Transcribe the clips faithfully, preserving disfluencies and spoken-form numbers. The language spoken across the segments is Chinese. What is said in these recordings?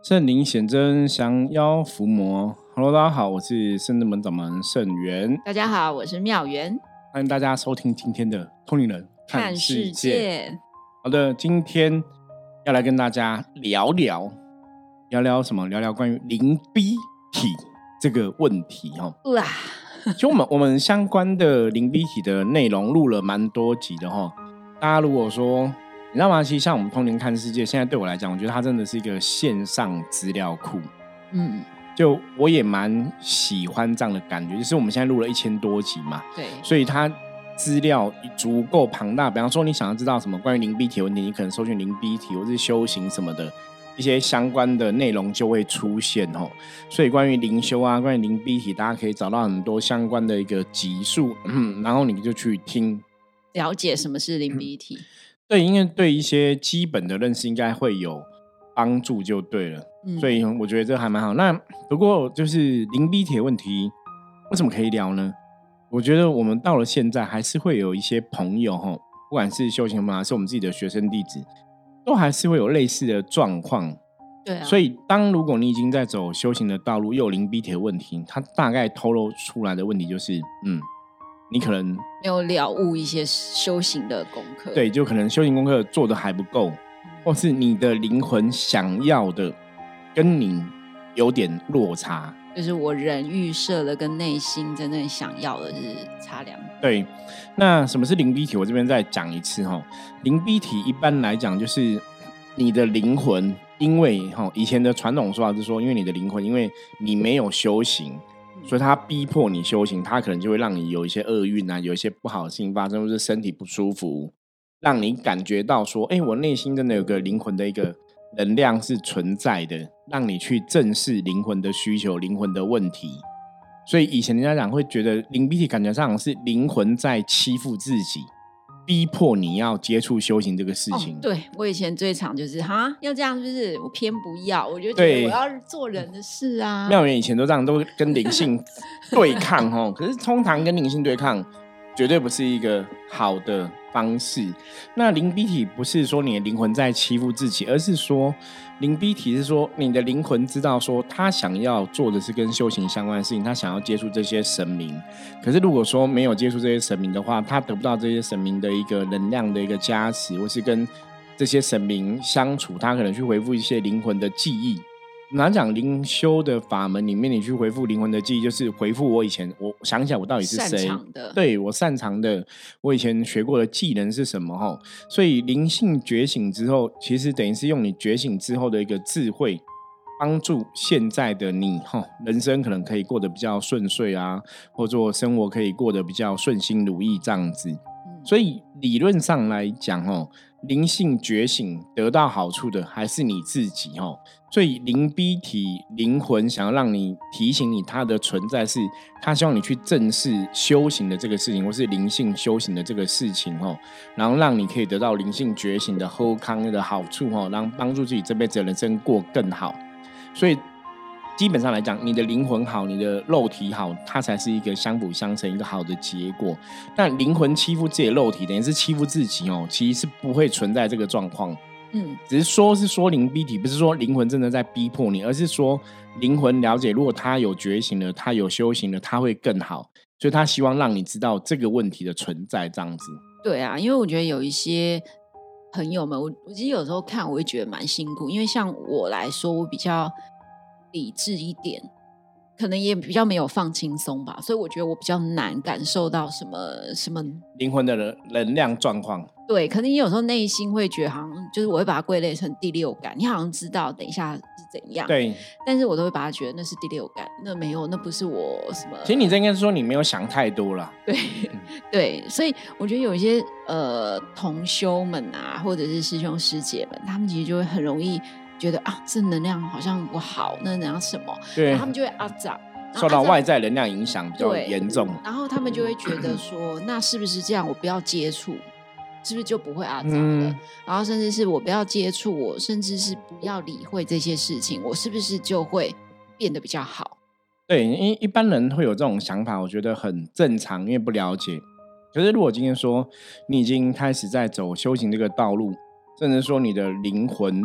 圣灵显真，降妖伏魔。Hello， 大家好，我是圣真门掌门圣元。 大家好，我是妙元， 欢迎大家收听今天的通灵人看世界。 看世界好的，今天要来跟大家聊聊聊聊什么？聊聊关于灵逼体这个问题哦。 哇， 就我们我们相关的灵逼体的内容录了蛮多集的哈。大家如果说你知道吗？其实像我们通灵看世界，现在对我来讲，我觉得它真的是一个线上资料库。 嗯， 就我也蛮喜欢这样的感觉，就是我们现在录了一千多集嘛， 对， 所以它资料足够庞大。比方说，你想要知道什么关于灵逼体的问题，你可能搜寻灵逼体或是修行什么的一些相关的内容就会出现哦。所以关于灵修啊，关于灵逼体，大家可以找到很多相关的一个集数，嗯，然后你就去听， 了解什么是灵逼体。 对，因为对一些基本的认识应该会有帮助就对了， 嗯， 所以我觉得这还蛮好。那不过就是灵逼体的问题为什么可以聊呢？我觉得我们到了现在还是会有一些朋友，不管是修行朋友还是我们自己的学生弟子，都还是会有类似的状况。 对啊， 所以当如果你已经在走修行的道路，又有灵逼体的问题，它大概透露出来的问题就是嗯你可能没有了悟一些修行的功课， 对，就可能修行功课做的还不够，或是你的灵魂想要的跟你有点落差， 就是我人预设的跟内心真正想要的是差两点。 对，那什么是灵逼体？我这边再讲一次哈。灵逼体一般来讲就是你的灵魂，因为哈以前的传统说法是说，因为你的灵魂，因为你没有修行。所以他逼迫你修行，他可能就会让你有一些厄运啊，有一些不好的事情发生，或是身体不舒服，让你感觉到说，哎、欸，我内心真的有个灵魂的一个能量是存在的，让你去正视灵魂的需求、灵魂的问题。所以以前人家讲会觉得灵逼体感觉上是灵魂在欺负自己，逼迫你要接触修行这个事情。 哦、对，我以前最常就是哈要这样，就是我偏不要，我就觉得我要做人的事啊。 妙元以前都这样，都跟灵性对抗哦。可是通常跟灵性对抗，绝对不是一个好的方式。那灵逼体不是说你的灵魂在欺负自己，而是说灵逼体是说你的灵魂知道说他想要做的是跟修行相关的事情，他想要接触这些神明。可是如果说没有接触这些神明的话，他得不到这些神明的一个能量的一个加持，或是跟这些神明相处，他可能去回复一些灵魂的记忆。我们讲灵修的法门里面，你去回复灵魂的记忆，就是回复我以前我想一想我到底是谁， 擅长的， 对，我擅长的，我以前学过的技能是什么。所以灵性觉醒之后，其实等于是用你觉醒之后的一个智慧，帮助现在的你人生可能可以过得比较顺遂啊，或者生活可以过得比较顺心如意这样子。所以理论上来讲哦，灵性觉醒得到好处的还是你自己哦。所以灵逼体灵魂想要让你提醒你它的存在，是它希望你去正视修行的这个事情，或是灵性修行的这个事情哦，然后让你可以得到灵性觉醒的后康的好处哦，让帮助自己这辈子的人生过更好。所以基本上来讲，你的灵魂好，你的肉体好，它才是一个相辅相成一个好的结果。但灵魂欺负自己的肉体，等于是欺负自己哦，其实是不会存在这个状况。嗯，只是说是说灵逼体，不是说灵魂真的在逼迫你，而是说灵魂了解，如果他有觉醒了，他有修行了，他会更好。所以他希望让你知道这个问题的存在，这样子。 对啊，因为我觉得有一些朋友们，我我其实有时候看，我会觉得蛮辛苦，因为像我来说，我比较理智一点，可能也比较没有放轻松吧，所以我觉得我比较难感受到什么什么灵魂的能量状况。 对，可能你有时候内心会觉得好像就是我会把它归类成第六感，你好像知道等一下是怎样， 对， 但是我都会把它觉得那是第六感，那没有，那不是我什么。 其实你这应该是说你没有想太多了。 对、嗯、对，所以我觉得有一些呃同修们啊，或者是师兄师姐们，他们其实就会很容易觉得啊，这能量好像不好，那能量什么， 对， 然后他们就会阿杂。 受到外在能量影响比较严重， 然后他们就会觉得说，那是不是这样？我不要接触，是不是就不会阿杂了、嗯？然后甚至是我不要接触，我甚至是不要理会这些事情，我是不是就会变得比较好？ 对，因为一般人会有这种想法，我觉得很正常，因为不了解。可是如果今天说你已经开始在走修行这个道路，甚至说你的灵魂或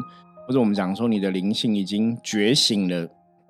或者我们讲说你的灵性已经觉醒了，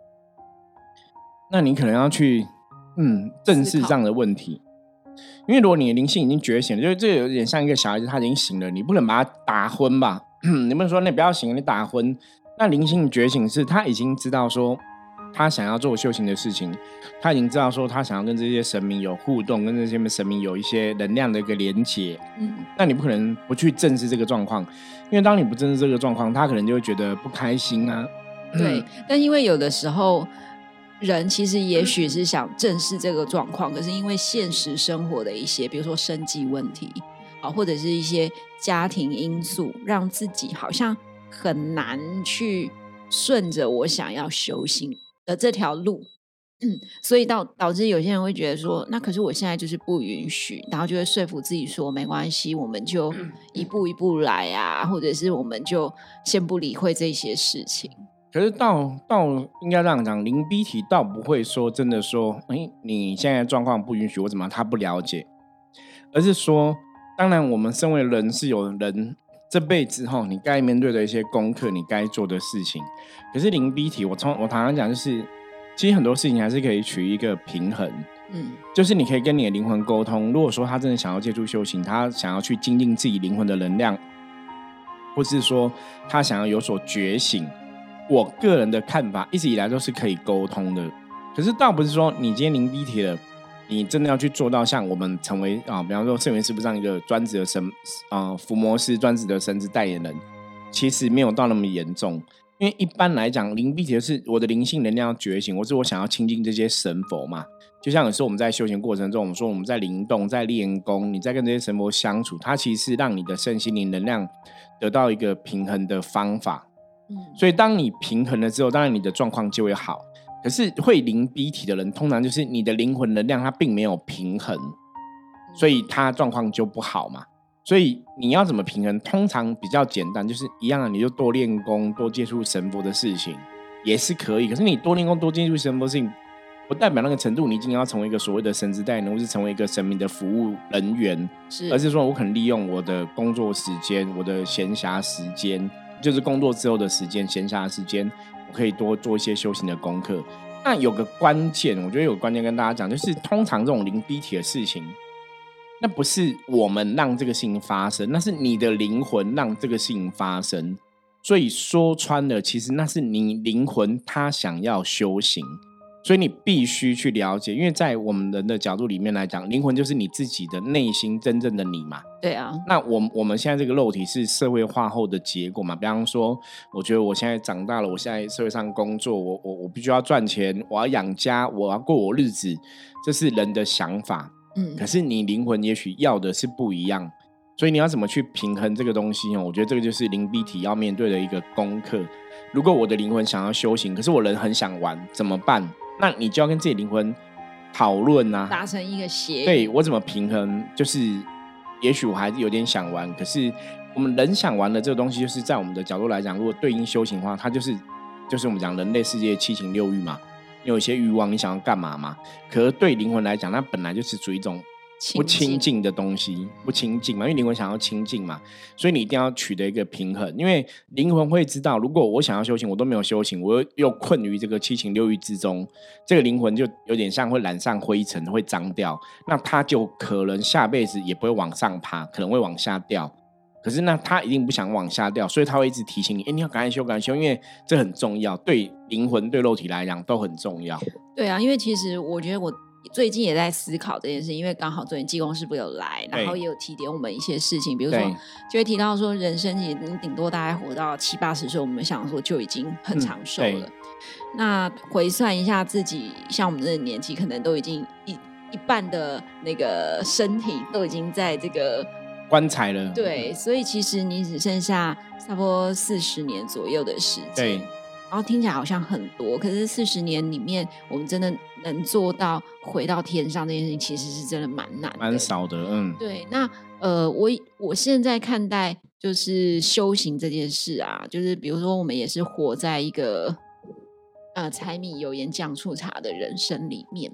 那你可能要去嗯正视这样的问题。因为如果你的灵性已经觉醒了，就这有点像一个小孩子，他已经醒了，你不能把他打昏吧？你不能说你不要醒了，你打昏。那灵性觉醒是他已经知道说他想要做修行的事情，他已经知道说他想要跟这些神明有互动，跟这些神明有一些能量的一个连结。嗯，那你不可能不去正视这个状况，因为当你不正视这个状况，他可能就会觉得不开心啊。 对，但因为有的时候人其实也许是想正视这个状况，可是因为现实生活的一些，比如说生计问题，或者是一些家庭因素，让自己好像很难去顺着我想要修行的这条路。嗯，所以导导致有些人会觉得说，那可是我现在就是不允许，然后就会说服自己说没关系，我们就一步一步来啊，或者是我们就先不理会这些事情。 可是到到应该这样讲，灵逼体倒不会说真的说，哎，你现在状况不允许我怎么他不了解，而是说，当然我们身为人是有人这辈子后你该面对的一些功课，你该做的事情。可是灵逼体，我从我常常讲就是，其实很多事情还是可以取一个平衡。嗯，就是你可以跟你的灵魂沟通，如果说他真的想要接触修行，他想要去精进自己灵魂的能量，或是说他想要有所觉醒。我个人的看法一直以来都是可以沟通的，可是倒不是说你今天灵逼体了，你真的要去做到像我们成为啊，比方说圣元师傅上一个专职的神啊，伏魔师专职的神职代言人，其实没有到那么严重。因为一般来讲，灵逼体是我的灵性能量要觉醒，或是我想要亲近这些神佛嘛。就像有时候我们在修行过程中，我们说我们在灵动、在练功，你在跟这些神佛相处，它其实是让你的身心灵能量得到一个平衡的方法。所以当你平衡了之后，当然你的状况就会好。可是会灵逼体的人，通常就是你的灵魂能量它并没有平衡，所以他状况就不好嘛。所以你要怎么平衡，通常比较简单，就是一样的，你就多练功，多接触神佛的事情也是可以。可是你多练功多接触神佛的事情，不代表那个程度你已经要成为一个所谓的神职代言人，或是成为一个神明的服务人员，而是说我可能利用我的工作时间，我的闲暇时间，就是工作之后的时间，闲暇的时间，我可以多做一些修行的功课。那有个关键，我觉得有个关键跟大家讲，就是通常这种灵逼体的事情，那不是我们让这个事情发生，那是你的灵魂让这个事情发生。所以说穿了，其实那是你灵魂他想要修行，所以你必须去了解。因为在我们人的角度里面来讲，灵魂就是你自己的内心真正的你嘛。 对啊， 那我我们现在这个肉体是社会化后的结果嘛？比方说，我觉得我现在长大了，我现在社会上工作，我我我必须要赚钱，我要养家，我要过我日子，这是人的想法。嗯，可是你灵魂也许要的是不一样，所以你要怎么去平衡这个东西？我觉得这个就是灵逼体要面对的一个功课。如果我的灵魂想要修行，可是我人很想玩，怎么办？那你就要跟自己灵魂讨论啊， 达成一个协议。 对，我怎么平衡？就是也许我还是有点想玩，可是我们人想玩的这个东西，就是在我们的角度来讲，如果对应修行的话，它就是就是我们讲人类世界七情六欲嘛。你有一些欲望，你想要干嘛嘛？可是对灵魂来讲，它本来就是属于一种不亲近的东西，不亲近嘛，因为灵魂想要亲近嘛，所以你一定要取得一个平衡。因为灵魂会知道，如果我想要修行，我都没有修行，我又困于这个七情六欲之中，这个灵魂就有点像会染上灰尘，会脏掉，那他就可能下辈子也不会往上爬，可能会往下掉。可是那他一定不想往下掉，所以他会一直提醒你，哎，你要赶快修，赶快修，因为这很重要，对灵魂、对肉体来讲都很重要。 对啊，因为其实我觉得我最近也在思考这件事，因为刚好最近济公师傅有来，然后也有提点我们一些事情，比如说就会提到说，人生其实你顶多大概活到七八十岁，我们想说就已经很长寿了。嗯、那回算一下自己，像我们这个年纪，可能都已经一一半的那个身体都已经在这个棺材了。 对，所以其实你只剩下差不多四十年左右的时间。 对。 然后听起来好像很多，可是四十年里面，我们真的能做到回到天上这件事情，其实是真的蛮难的， 蛮少的。嗯， 对。那呃，我我现在看待就是修行这件事啊，就是比如说我们也是活在一个呃柴米油盐酱醋茶的人生里面，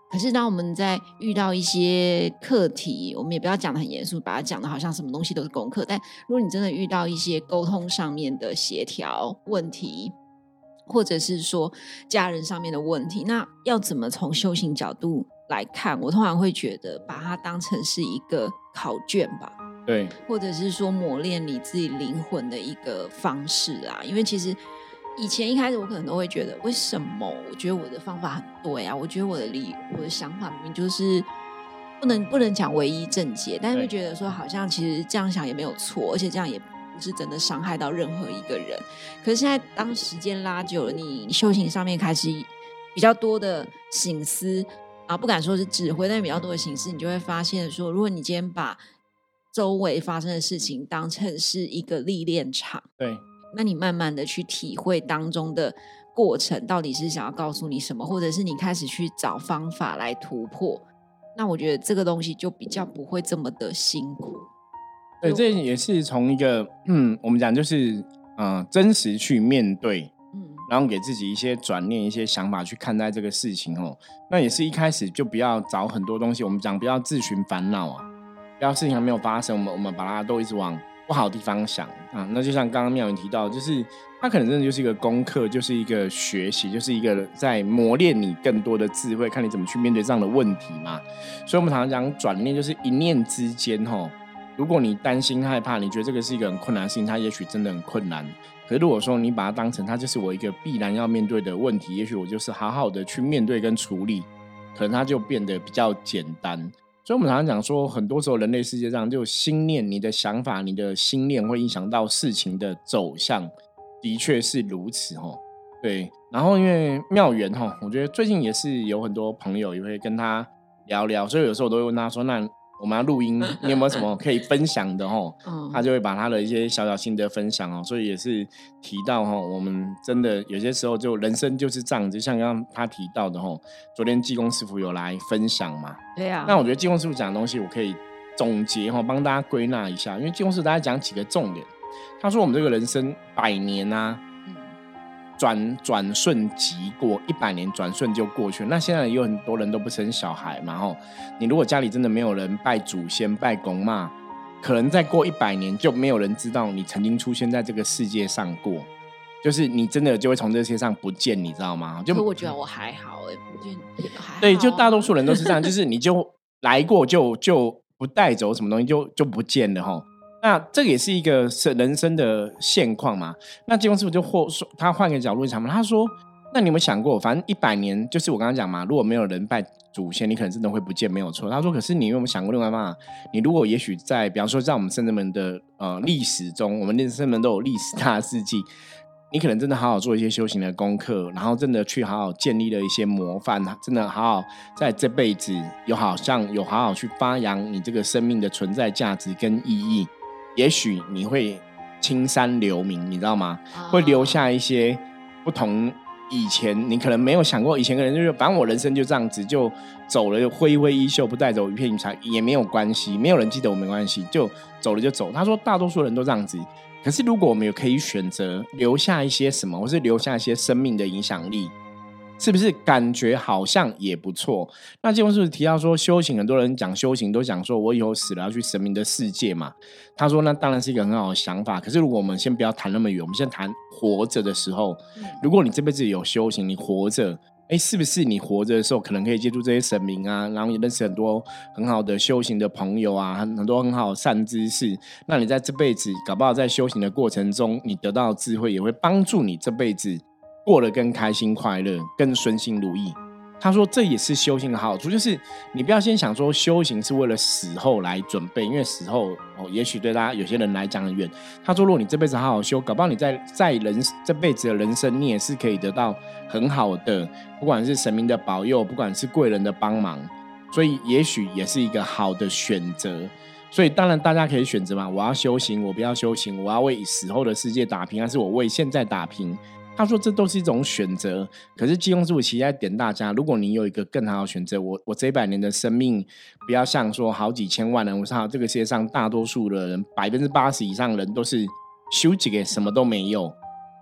可是当我们在遇到一些课题，我们也不要讲得很严肃，把它讲的好像什么东西都是功课，但如果你真的遇到一些沟通上面的协调问题，或者是说家人上面的问题，那要怎么从修行角度来看？我通常会觉得把它当成是一个考卷吧， 对， 或者是说磨练你自己灵魂的一个方式啊。因为其实以前一开始我可能都会觉得，为什么我觉得我的方法很对啊？我觉得我的理我的想法明明就是不能不能讲唯一正解，但是会觉得说好像其实这样想也没有错，而且这样也不是真的伤害到任何一个人。可是现在当时间拉久了，你修行上面开始比较多的省思啊，不敢说是智慧，但比较多的省思，你就会发现说，如果你今天把周围发生的事情当成是一个历练场， 对， 那你慢慢的去体会当中的过程到底是想要告诉你什么，或者是你开始去找方法来突破，那我觉得这个东西就比较不会这么的辛苦。 对，这也是从一个嗯，我们讲就是呃，真实去面对， 嗯， 然后给自己一些转念、一些想法去看待这个事情哦。那也是一开始就不要找很多东西，我们讲不要自寻烦恼啊，不要事情还没有发生，我们我们把它都一直往不好的地方想啊。那就像刚刚妙云提到，就是它可能真的就是一个功课，就是一个学习，就是一个在磨练你更多的智慧，看你怎么去面对这样的问题嘛。所以我们常常讲转念，就是一念之间吼。如果你担心害怕，你觉得这个是一个很困难的事情，它也许真的很困难。可是如果说你把它当成它就是我一个必然要面对的问题，也许我就是好好的去面对跟处理，可能它就变得比较简单。所以我们常常讲说，很多时候人类世界上就心念，你的想法，你的心念会影响到事情的走向，的确是如此齁。对，然后因为妙缘齁，我觉得最近也是有很多朋友也会跟他聊聊，所以有时候我都会问他说，那我们要录音，你有没有什么可以分享的齁？ 嗯， 他就会把他的一些小小心得分享哦，所以也是提到齁，我们真的有些时候就人生就是这样子，像刚刚他提到的齁，昨天济公师傅有来分享嘛， 对啊， 那我觉得济公师傅讲的东西，我可以总结齁，帮大家归纳一下，因为济公师傅大家讲几个重点，他说我们这个人生百年啊。转转瞬即过，一百年转瞬就过去了。那现在有很多人都不生小孩嘛，吼，你如果家里真的没有人拜祖先、拜公妈，可能再过一百年就没有人知道你曾经出现在这个世界上过，就是你真的就会从这个世界上不见，你知道吗？就可我觉得我还好哎、欸，不见还好。 对，就大多数人都是这样，就是你就来过就就不带走什么东西就就不见了吼。那这个也是一个人生的现况嘛。那济公师傅就或说他换个角度想嘛，他说：“那你有没有想过，反正一百年就是我刚刚讲嘛，如果没有人拜祖先，你可能真的会不见，没有错。”他说：“可是你有没有想过另外办法？你如果也许在，比方说在我们圣人们的呃历史中，我们圣人们都有历史大事记，你可能真的好好做一些修行的功课，然后真的去好好建立了一些模范，真的好好在这辈子有好像有好好去发扬你这个生命的存在价值跟意义。”也许你会青山留名，你知道吗？会留下一些不同以前你可能没有想过，以前的人就是反正我人生就这样子就走了，挥一挥衣袖，不带走一片云彩也没有关系，没有人记得我没关系，就走了就走。他说大多数人都这样子，可是如果我们有可以选择留下一些什么，或是留下一些生命的影响力，是不是感觉好像也不错？那济公师傅提到说修行，很多人讲修行都讲说我以后死了要去神明的世界嘛。他说那当然是一个很好的想法，可是如果我们先不要谈那么远，我们先谈活着的时候，如果你这辈子有修行，你活着，哎，是不是你活着的时候可能可以接触这些神明啊，然后也认识很多很好的修行的朋友啊，很多很好的善知识。那你在这辈子搞不好在修行的过程中，你得到的智慧也会帮助你这辈子过得更开心快乐，更顺心如意。他说这也是修行的好处，就是你不要先想说修行是为了死后来准备，因为死后、哦、也许对大家有些人来讲很远。他说如果你这辈子好好修，搞不好你在在人这辈子的人生你也是可以得到很好的，不管是神明的保佑，不管是贵人的帮忙，所以也许也是一个好的选择。所以当然大家可以选择嘛，我要修行，我不要修行，我要为死后的世界打拼，还是我为现在打拼。他说这都是一种选择，可是济公师傅其实在点大家，如果你有一个更好的选择，我我这一百年的生命不要像说好几千万人，我说这个世界上大多数的人百分之八十以上的人都是修几个什么都没有，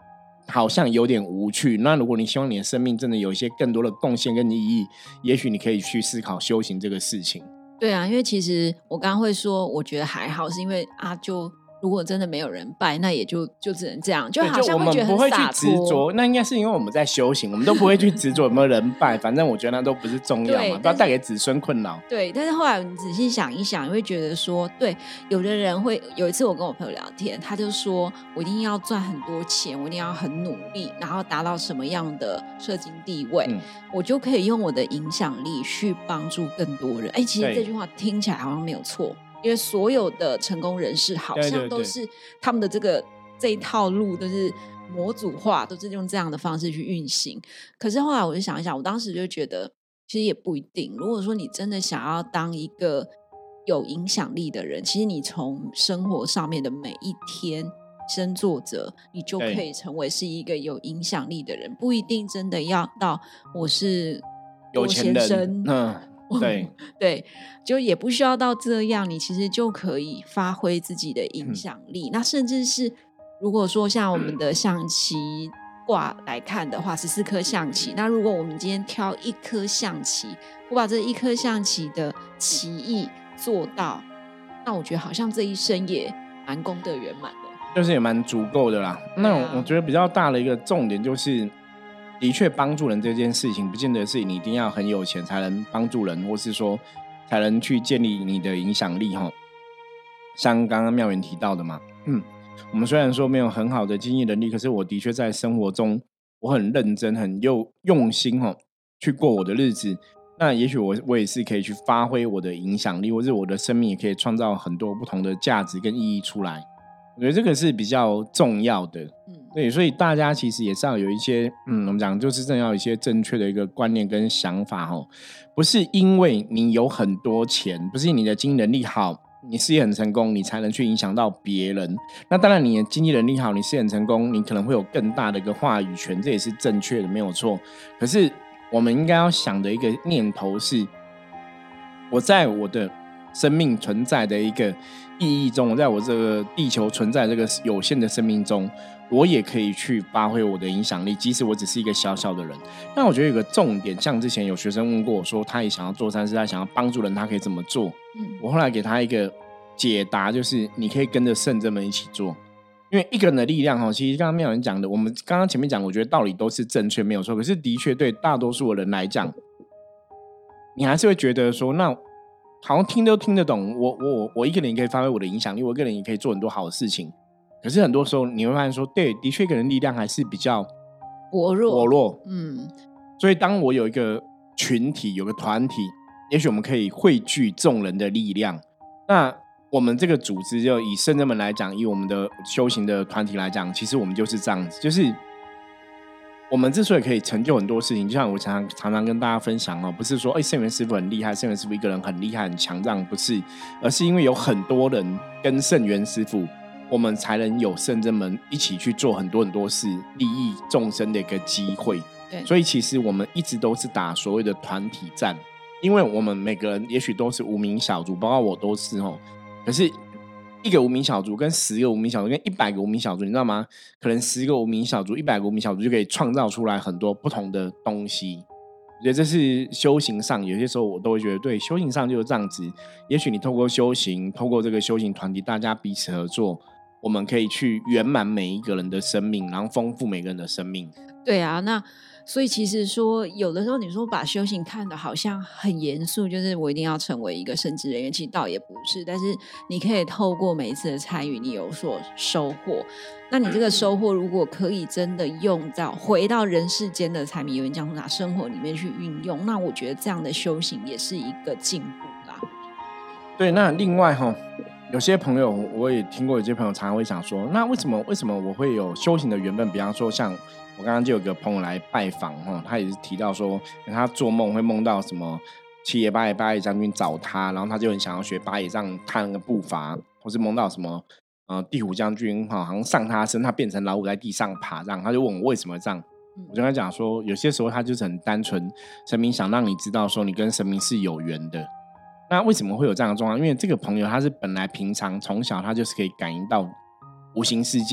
好像有点无趣。那如果你希望你的生命真的有一些更多的贡献跟意义，也许你可以去思考修行这个事情。 对啊，因为其实我刚刚会说我觉得还好，是因为啊就如果真的没有人拜，那也就就只能这样，就好像会觉得很洒脱。 不会去执着，那应该是因为我们在修行，我们都不会去执着有没有人拜，反正我觉得那都不是重要嘛，不要带给子孙困扰。 对，但是后来你仔细想一想，你会觉得说，对，有的人会有一次我跟我朋友聊天，他就说我一定要赚很多钱，我一定要很努力，然后达到什么样的社经地位，嗯、我就可以用我的影响力去帮助更多人。哎，其实这句话听起来好像没有错。因为所有的成功人士好像都是他们的这个这一套路都是模组化，都是用这样的方式去运行。可是后来我就想一想，我当时就觉得其实也不一定。如果说你真的想要当一个有影响力的人，其实你从生活上面的每一天身作则，你就可以成为是一个有影响力的人，不一定真的要到我是有钱人。嗯，对对，就也不需要到这样，你其实就可以发挥自己的影响力。嗯、那甚至是如果说像我们的象棋卦来看的话，十四颗象棋，那如果我们今天挑一颗象棋，我把这一颗象棋的棋艺做到，那我觉得好像这一生也蛮功德圆满的， 就是也蛮足够的啦。那我觉得比较大的一个重点就是。的确帮助人这件事情不见得是你一定要很有钱才能帮助人，或是说才能去建立你的影响力。像刚刚妙媛提到的嘛，嗯，我们虽然说没有很好的经济能力，可是我的确在生活中我很认真很用用心去过我的日子，那也许 我, 我也是可以去发挥我的影响力，或是我的生命也可以创造很多不同的价值跟意义出来。我觉得这个是比较重要的，嗯，对，所以大家其实也是要有一些，嗯，我们讲就是真的要有一些正确的一个观念跟想法哦，不是因为你有很多钱，不是你的经济能力好，你事业很成功，你才能去影响到别人。那当然，你的经济能力好，你事业很成功，你可能会有更大的一个话语权，这也是正确的，没有错。可是我们应该要想的一个念头是，我在我的生命存在的一个意义中，我在我这个地球存在这个有限的生命中，我也可以去发挥我的影响力，即使我只是一个小小的人。那我觉得有个重点，像之前有学生问过我说，他也想要做善事，他想要帮助人，他可以怎么做？嗯，我后来给他一个解答，就是你可以跟着圣真们一起做。因为一个人的力量，其实刚刚妙人讲的，我们刚刚前面讲，我觉得道理都是正确，没有错。可是的确对大多数的人来讲，你还是会觉得说，那好像听都听得懂，我我我一个人也可以发挥我的影响力，我一个人也可以做很多好的事情。可是很多时候你会发现说，对，的确一个人力量还是比较薄弱， 薄弱。嗯，所以当我有一个群体，有个团体，也许我们可以汇聚众人的力量。那我们这个组织，就以圣人们来讲，以我们的修行的团体来讲，其实我们就是这样子，就是我们之所以可以成就很多事情，就像我常常常常跟大家分享哦，不是说哎圣元师父很厉害，圣元师父一个人很厉害很强壮，不是，而是因为有很多人跟圣元师父，我们才能有圣人们一起去做很多很多事，利益众生的一个机会。对，所以其实我们一直都是打所谓的团体战，因为我们每个人也许都是无名小卒，包括我都是哦。可是一个无名小卒跟十个无名小卒跟一百个无名小卒，你知道吗？可能十个无名小卒一百个无名小卒就可以创造出来很多不同的东西。我觉得这是修行上，有些时候我都会觉得对，修行上就是这样子。也许你透过修行，透过这个修行团体，大家彼此合作，我们可以去圆满每一个人的生命，然后丰富每个人的生命。 对啊，那所以其实说有的时候你说把修行看得好像很严肃，就是我一定要成为一个圣职人员，其实倒也不是。但是你可以透过每一次的参与，你有所收获。那你这个收获如果可以真的用到回到人世间的柴米油盐酱醋茶生活里面去运用，那我觉得这样的修行也是一个进步啦。 对，那另外哈，有些朋友我也听过，有些朋友常常会想说，那为什么为什么我会有修行的缘分？比方说像我刚刚就有个朋友来拜访，他也是提到说他做梦会梦到什么七爷八爷八爷将军找他，然后他就很想要学八爷这样踏那个步伐，或是梦到什么呃地虎将军好像上他身，他变成老虎在地上爬这样，他就问我为什么这样。我就跟他讲说，有些时候他就是很单纯，神明想让你知道说你跟神明是有缘的。那为什么会有这样的状况？因为这个朋友他是本来平常从小他就是可以感应到无形世界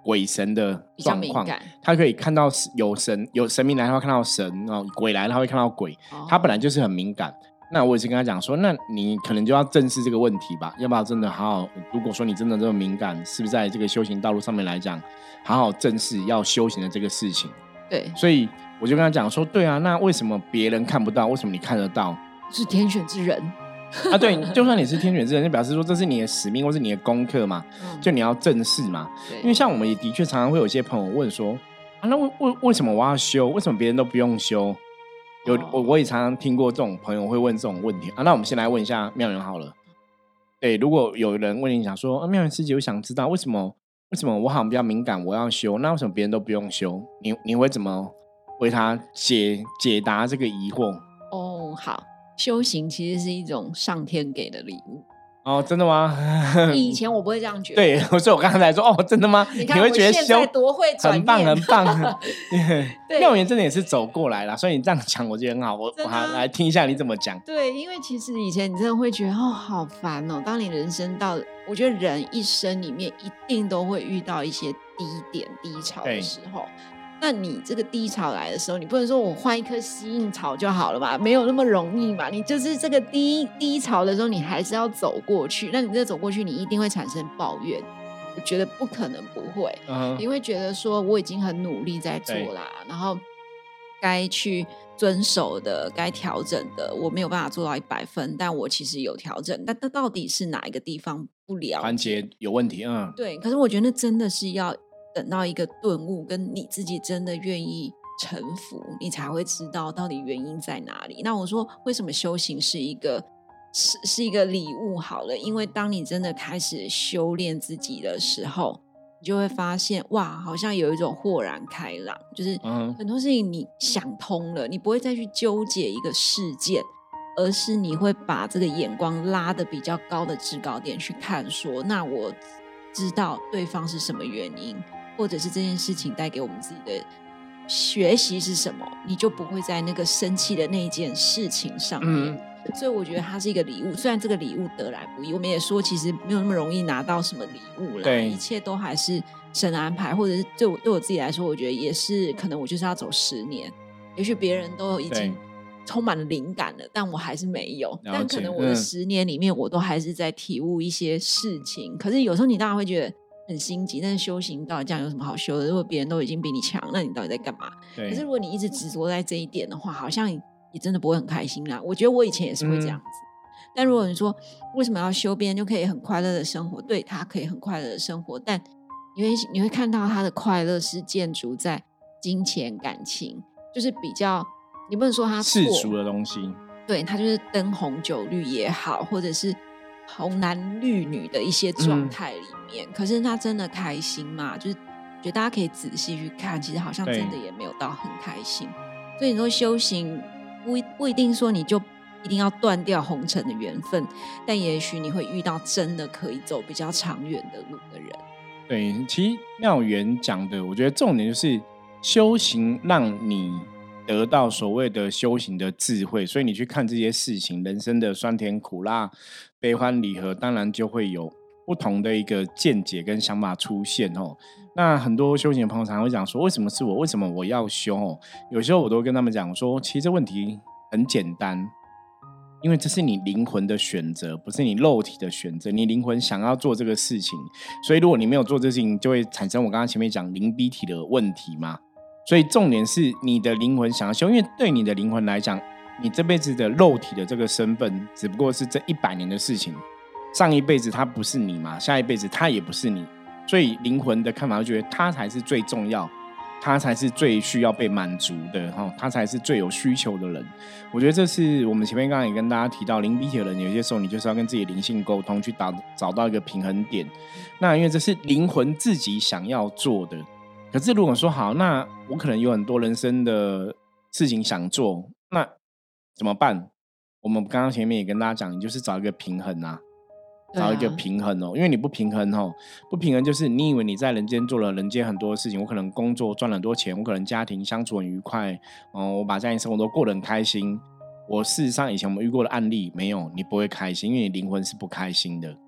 鬼神的状况，他可以看到有神有神明来，他会看到神，然后鬼来他会看到鬼，哦、他本来就是很敏感。那我也是跟他讲说，那你可能就要正视这个问题吧，要不要真的好好？如果说你真的这么敏感，是不是在这个修行道路上面来讲，好好正视要修行的这个事情？ 对， 所以我就跟他讲说，对啊，那为什么别人看不到，为什么你看得到？ 是天选之人啊，对，就算你是天选之人，就表示说这是你的使命或是你的功课嘛，嗯、就你要正视嘛。因为像我们也的确常常会有些朋友问说，啊，那为为为什么我要修？为什么别人都不用修？有我我也常常听过这种朋友会问这种问题啊。那我们先来问一下妙圆好了。对，如果有人问你想说，啊，妙圆师姐，我想知道为什么为什么我好像比较敏感，我要修，那为什么别人都不用修？你你会怎么为他解解答这个疑惑？ 哦，好，修行其实是一种上天给的礼物。 哦，真的吗？ 以前我不会这样觉得。 对，所以我刚才说，哦，真的吗？ 你看会觉得修多会转很棒，很棒。妙圆真的也是走过来啦，所以你这样讲，我觉得很好。我我还来听一下你怎么讲。 对，因为其实以前你真的会觉得，哦，好烦哦。当你人生到，我觉得人一生里面一定都会遇到一些低点、低潮的时候。那你这个低潮来的时候，你不能说我换一颗吸引草就好了嘛，没有那么容易嘛。你就是这个低低潮的时候，你还是要走过去。那你这走过去，你一定会产生抱怨。我觉得不可能不会， uh-huh. 你会觉得说我已经很努力在做啦，然后该去遵守的、该调整的，我没有办法做到一百分，但我其实有调整。但它到底是哪一个地方不了解？ 环节有问题，嗯， 对。可是我觉得那真的是要等到一个顿悟，跟你自己真的愿意臣服，你才会知道到底原因在哪里。那我说为什么修行是一个是是一个礼物好了，因为当你真的开始修炼自己的时候，你就会发现哇，好像有一种豁然开朗，就是很多事情你想通了，你不会再去纠结一个事件，而是你会把这个眼光拉得比较高的制高点去看说，那我知道对方是什么原因，或者是这件事情带给我们自己的学习是什么，你就不会在那个生气的那件事情上面、嗯、所以我觉得它是一个礼物，虽然这个礼物得来不易，我们也说其实没有那么容易拿到什么礼物啦，一切都还是神安排，或者是对我对我自己来说，我觉得也是可能我就是要走十年，也许别人都已经充满了灵感了，但我还是没有，但可能我的十年里面、嗯、我都还是在体悟一些事情。可是有时候你当然会觉得很心急，但是修行到底这样有什么好修的？如果别人都已经比你强，那你到底在干嘛？可是如果你一直执着在这一点的话，好像也真的不会很开心啦。我觉得我以前也是会这样子、嗯、但如果你说为什么要修，别人就可以很快乐的生活，对，他可以很快乐的生活，但你会你会看到他的快乐是建筑在金钱感情，就是比较你不能说他世俗的东西， 对，他就是灯红酒绿也好，或者是红男绿女的一些状态里面、嗯、可是他真的开心吗？就是觉得大家可以仔细去看，其实好像真的也没有到很开心。所以你说修行不不一定说你就一定要断掉红尘的缘分，但也许你会遇到真的可以走比较长远的路的人。 对，其实妙圆讲的我觉得重点就是修行让你得到所谓的修行的智慧，所以你去看这些事情，人生的酸甜苦辣悲欢离合，当然就会有不同的一个见解跟想法出现哦。那很多修行的朋友常常会讲说，为什么是我？为什么我要修？哦，有时候我都跟他们讲说，其实这问题很简单，因为这是你灵魂的选择，不是你肉体的选择。你灵魂想要做这个事情，所以如果你没有做这个事情，就会产生我刚刚前面讲灵逼体的问题嘛。所以重点是你的灵魂想要修，因为对你的灵魂来讲，你这辈子的肉体的这个身份只不过是这一百年的事情，上一辈子它不是你嘛，下一辈子它也不是你，所以灵魂的看法就觉得它才是最重要，它才是最需要被满足的，它才是最有需求的人。我觉得这是我们前面刚刚也跟大家提到，灵逼体的人有些时候你就是要跟自己的灵性沟通，去找到一个平衡点。那因为这是灵魂自己想要做的，可是如果说好，那我可能有很多人生的事情想做，那怎么办？我们刚刚前面也跟大家讲，你就是找一个平衡啊，找一个平衡哦。因为你不平衡哦，不平衡就是你以为你在人间做了人间很多事情，我可能工作赚了很多钱，我可能家庭相处很愉快，嗯，我把家庭生活都过得很开心。我事实上以前我们遇过的案例，没有，你不会开心，因为你灵魂是不开心的。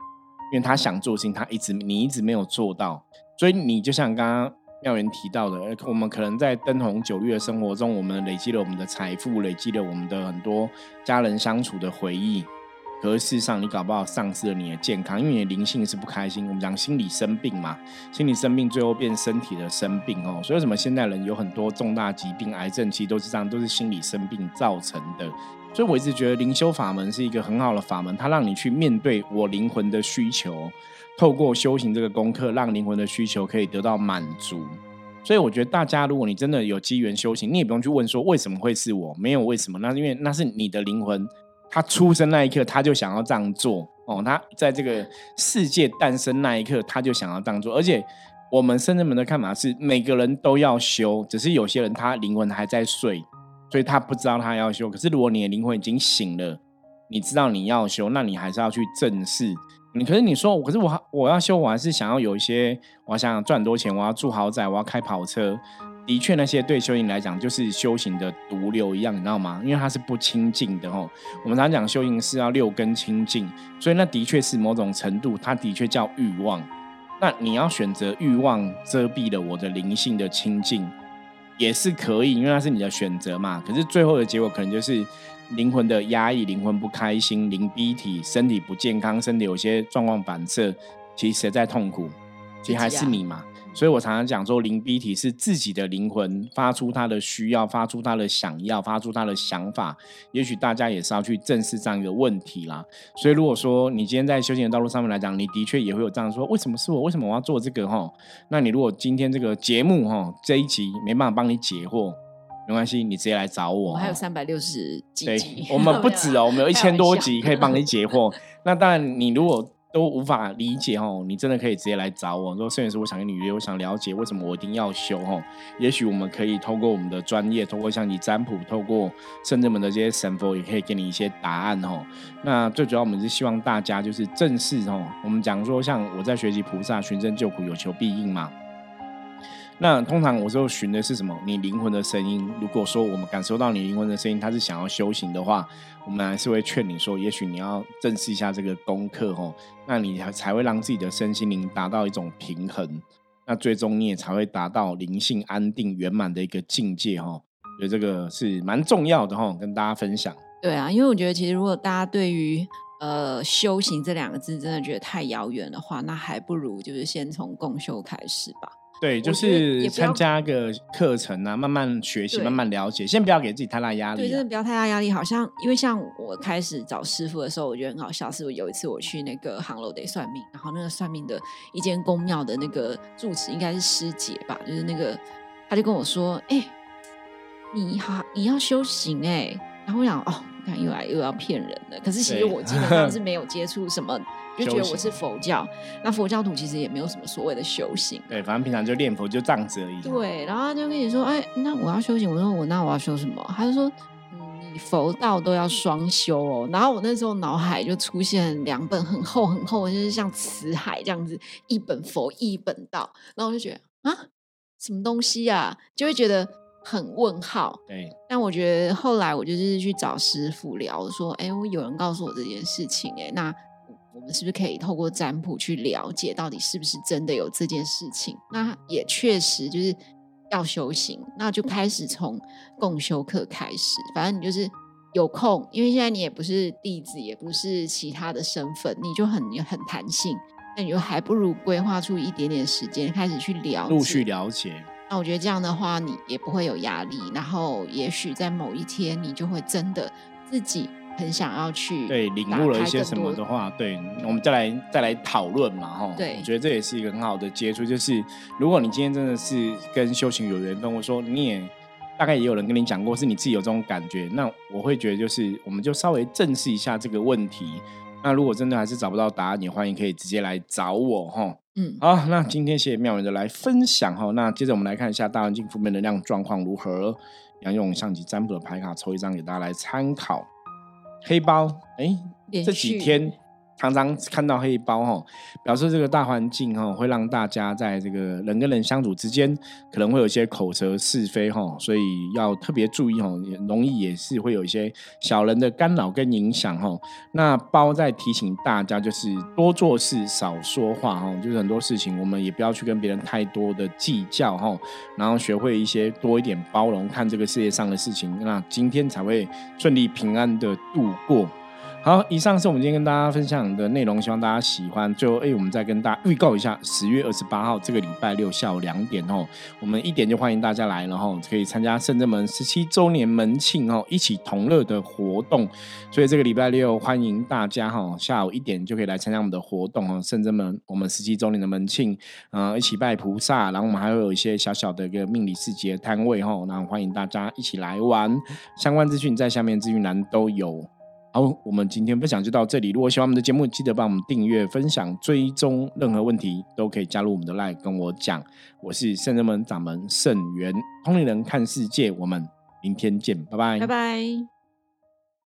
因为他想做的事情他一直你一直没有做到，所以你就像刚刚妙媛提到的，我们可能在灯红酒绿的生活中，我们累积了我们的财富，累积了我们的很多家人相处的回忆，可是事实上你搞不好丧失了你的健康，因为你的灵性是不开心。我们讲心理生病嘛，心理生病最后变身体的生病哦。所以为什么现代人有很多重大疾病、癌症，其实都是这样，都是心理生病造成的。所以我一直觉得灵修法门是一个很好的法门，它让你去面对我灵魂的需求，透过修行这个功课，让灵魂的需求可以得到满足。所以我觉得大家如果你真的有机缘修行，你也不用去问说为什么会是我，没有为什么，那因为那是你的灵魂，他出生那一刻他就想要这样做哦，他在这个世界诞生那一刻他就想要这样做。而且我们圣人们的看法是每个人都要修，只是有些人他灵魂还在睡，所以他不知道他要修。可是如果你的灵魂已经醒了，你知道你要修，那你还是要去正视。你可是你说可是 我, 我要修，我还是想要有一些，我想想赚很多钱，我要住豪宅，我要开跑车。的确那些对修行来讲就是修行的毒瘤一样，你知道吗？因为它是不清净的哦。我们常讲修行是要六根清净，所以那的确是某种程度它的确叫欲望。那你要选择欲望遮蔽了我的灵性的清净也是可以，因为那是你的选择嘛。可是最后的结果可能就是灵魂的压抑，灵魂不开心，灵逼体，身体不健康，身体有些状况反射，其实谁在痛苦？其实还是你嘛。所以我常常讲说，灵逼体是自己的灵魂发出他的需要，发出他的想要，发出他的想法。也许大家也是要去正视这样一个问题啦。所以如果说你今天在修行的道路上面来讲，你的确也会有这样说，为什么是我？为什么我要做这个？那你如果今天这个节目这一集没办法帮你解惑，没关系，你直接来找我。 我还有三百六十几集， 我们不止哦，我们有一千多集可以帮你解惑。那当然，你如果都无法理解哦，你真的可以直接来找我，说圣元师，我想跟你约，我想了解为什么我一定要修哦。也许我们可以透过我们的专业，透过像你占卜，透过圣人们的这些神佛，也可以给你一些答案哦。那最主要我们是希望大家就是正视哦，我们讲说像我在学习菩萨寻声救苦，有求必应嘛。那通常我就寻的是什么？你灵魂的声音。如果说我们感受到你灵魂的声音，它是想要修行的话，我们还是会劝你说，也许你要正视一下这个功课哦，那你才会让自己的身心灵达到一种平衡，那最终你也才会达到灵性安定圆满的一个境界哦。所以这个是蛮重要的哦，跟大家分享。 对啊，因为我觉得其实如果大家对于呃修行这两个字真的觉得太遥远的话，那还不如就是先从共修开始吧。 对，就是参加个课程啊，慢慢学习，慢慢了解，先不要给自己太大压力、啊。 对，真的不要太大压力。好像因为像我开始找师傅的时候，我觉得很好笑，是我有一次我去那个航楼得算命，然后那个算命的一间宫庙的那个住持应该是师姐吧，就是那个他就跟我说：“哎、欸，你好，你要修行哎、欸。”然后我想哦，看又来又要骗人了。可是其实我基本上是没有接触什么。就觉得我是佛教，那佛教徒其实也没有什么所谓的修行， 对，反正平常就念佛就这样子而已。 对，然后他就跟你说，哎，那我要修行，我说我那我要修什么？他就说，嗯，你佛道都要双修哦。然后我那时候脑海就出现两本很厚很厚，就是像辞海这样子，一本佛，一本道。然后我就觉得啊，什么东西啊，就会觉得很问号。 对， 但我觉得后来我就是去找师父聊，说，哎，我有人告诉我这件事情，哎，那。我们是不是可以透过占卜去了解到底是不是真的有这件事情？那也确实就是要修行，那就开始从共修课开始。反正你就是有空，因为现在你也不是弟子，也不是其他的身份，你就很很弹性。那你就还不如规划出一点点时间，开始去了解， 陆续了解。 那我觉得这样的话，你也不会有压力，然后也许在某一天，你就会真的自己。很想要去对领悟了一些什么的话，对，我们再来再来讨论嘛，哈。 对， 我觉得这也是一个很好的接触，就是如果你今天真的是跟修行有缘分，或说你也大概也有人跟你讲过，是你自己有这种感觉，那我会觉得就是我们就稍微正视一下这个问题。那如果真的还是找不到答案，也欢迎可以直接来找我，哈。嗯，好，那今天谢谢妙人的来分享哈。那接着我们来看一下大环境负面能量状况如何，要用象棋占卜的牌卡抽一张给大家来参考。黑包，哎，这几天常常看到黑包哈，表示这个大环境哈会让大家在这个人跟人相处之间可能会有一些口舌是非哈，所以要特别注意哈，容易也是会有一些小人的干扰跟影响哈。那包在提醒大家就是多做事少说话哈，就是很多事情我们也不要去跟别人太多的计较哈，然后学会一些多一点包容，看这个世界上的事情，那今天才会顺利平安的度过。好，以上是我们今天跟大家分享的内容，希望大家喜欢。最后，哎，我们再跟大家预告一下，十月二十八号这个礼拜六下午两点哦，我们一点就欢迎大家来了哈，可以参加圣真门十七周年门庆哦，一起同乐的活动。所以这个礼拜六欢迎大家哈，下午一点就可以来参加我们的活动哦，圣真门我们十七周年的门庆，呃，一起拜菩萨，然后我们还会有一些小小的一个命理市集的摊位哈，然后欢迎大家一起来玩。相关资讯在下面资讯栏都有。好，我们今天分享就到这里。如果喜欢我们的节目，记得帮我们订阅、分享、追踪，任何问题都可以加入我们的 LINE 跟我讲。我是圣真门掌门圣元，通灵人看世界，我们明天见，拜拜， 拜拜。